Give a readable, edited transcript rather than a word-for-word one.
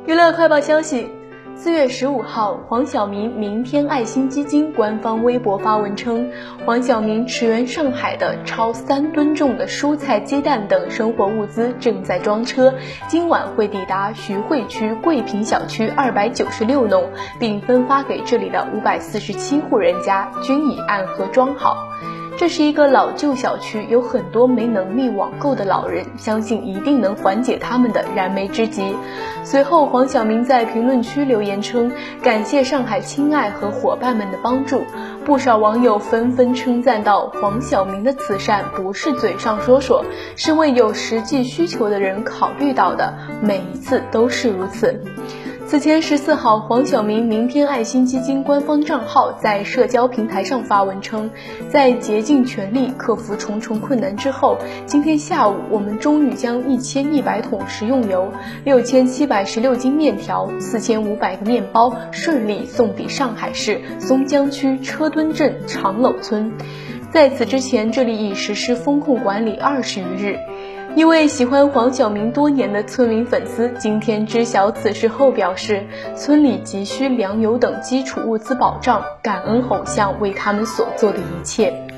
娱乐快报消息，4月15号，黄晓明明天爱心基金官方微博发文称，黄晓明驰援上海的超3吨重的蔬菜、鸡蛋等生活物资正在装车，今晚会抵达徐汇区桂平小区296弄，并分发给这里的547户人家，均已按盒装好。这是一个老旧小区，有很多没能力网购的老人，相信一定能缓解他们的燃眉之急。随后，黄晓明在评论区留言称，感谢上海亲爱和伙伴们的帮助。不少网友纷纷称赞到，黄晓明的慈善不是嘴上说说，是为有实际需求的人考虑到的，每一次都是如此。此前14号，黄晓明明天爱心基金官方账号在社交平台上发文称，在竭尽全力克服重重困难之后，今天下午我们终于将1100桶食用油、6716斤面条、4500个面包顺利送抵上海市松江区车墩镇长楼村。在此之前，这里已实施风控管理20余日。一位喜欢黄晓明多年的村民粉丝今天知晓此事后表示，村里急需粮油等基础物资保障，感恩偶像为他们所做的一切。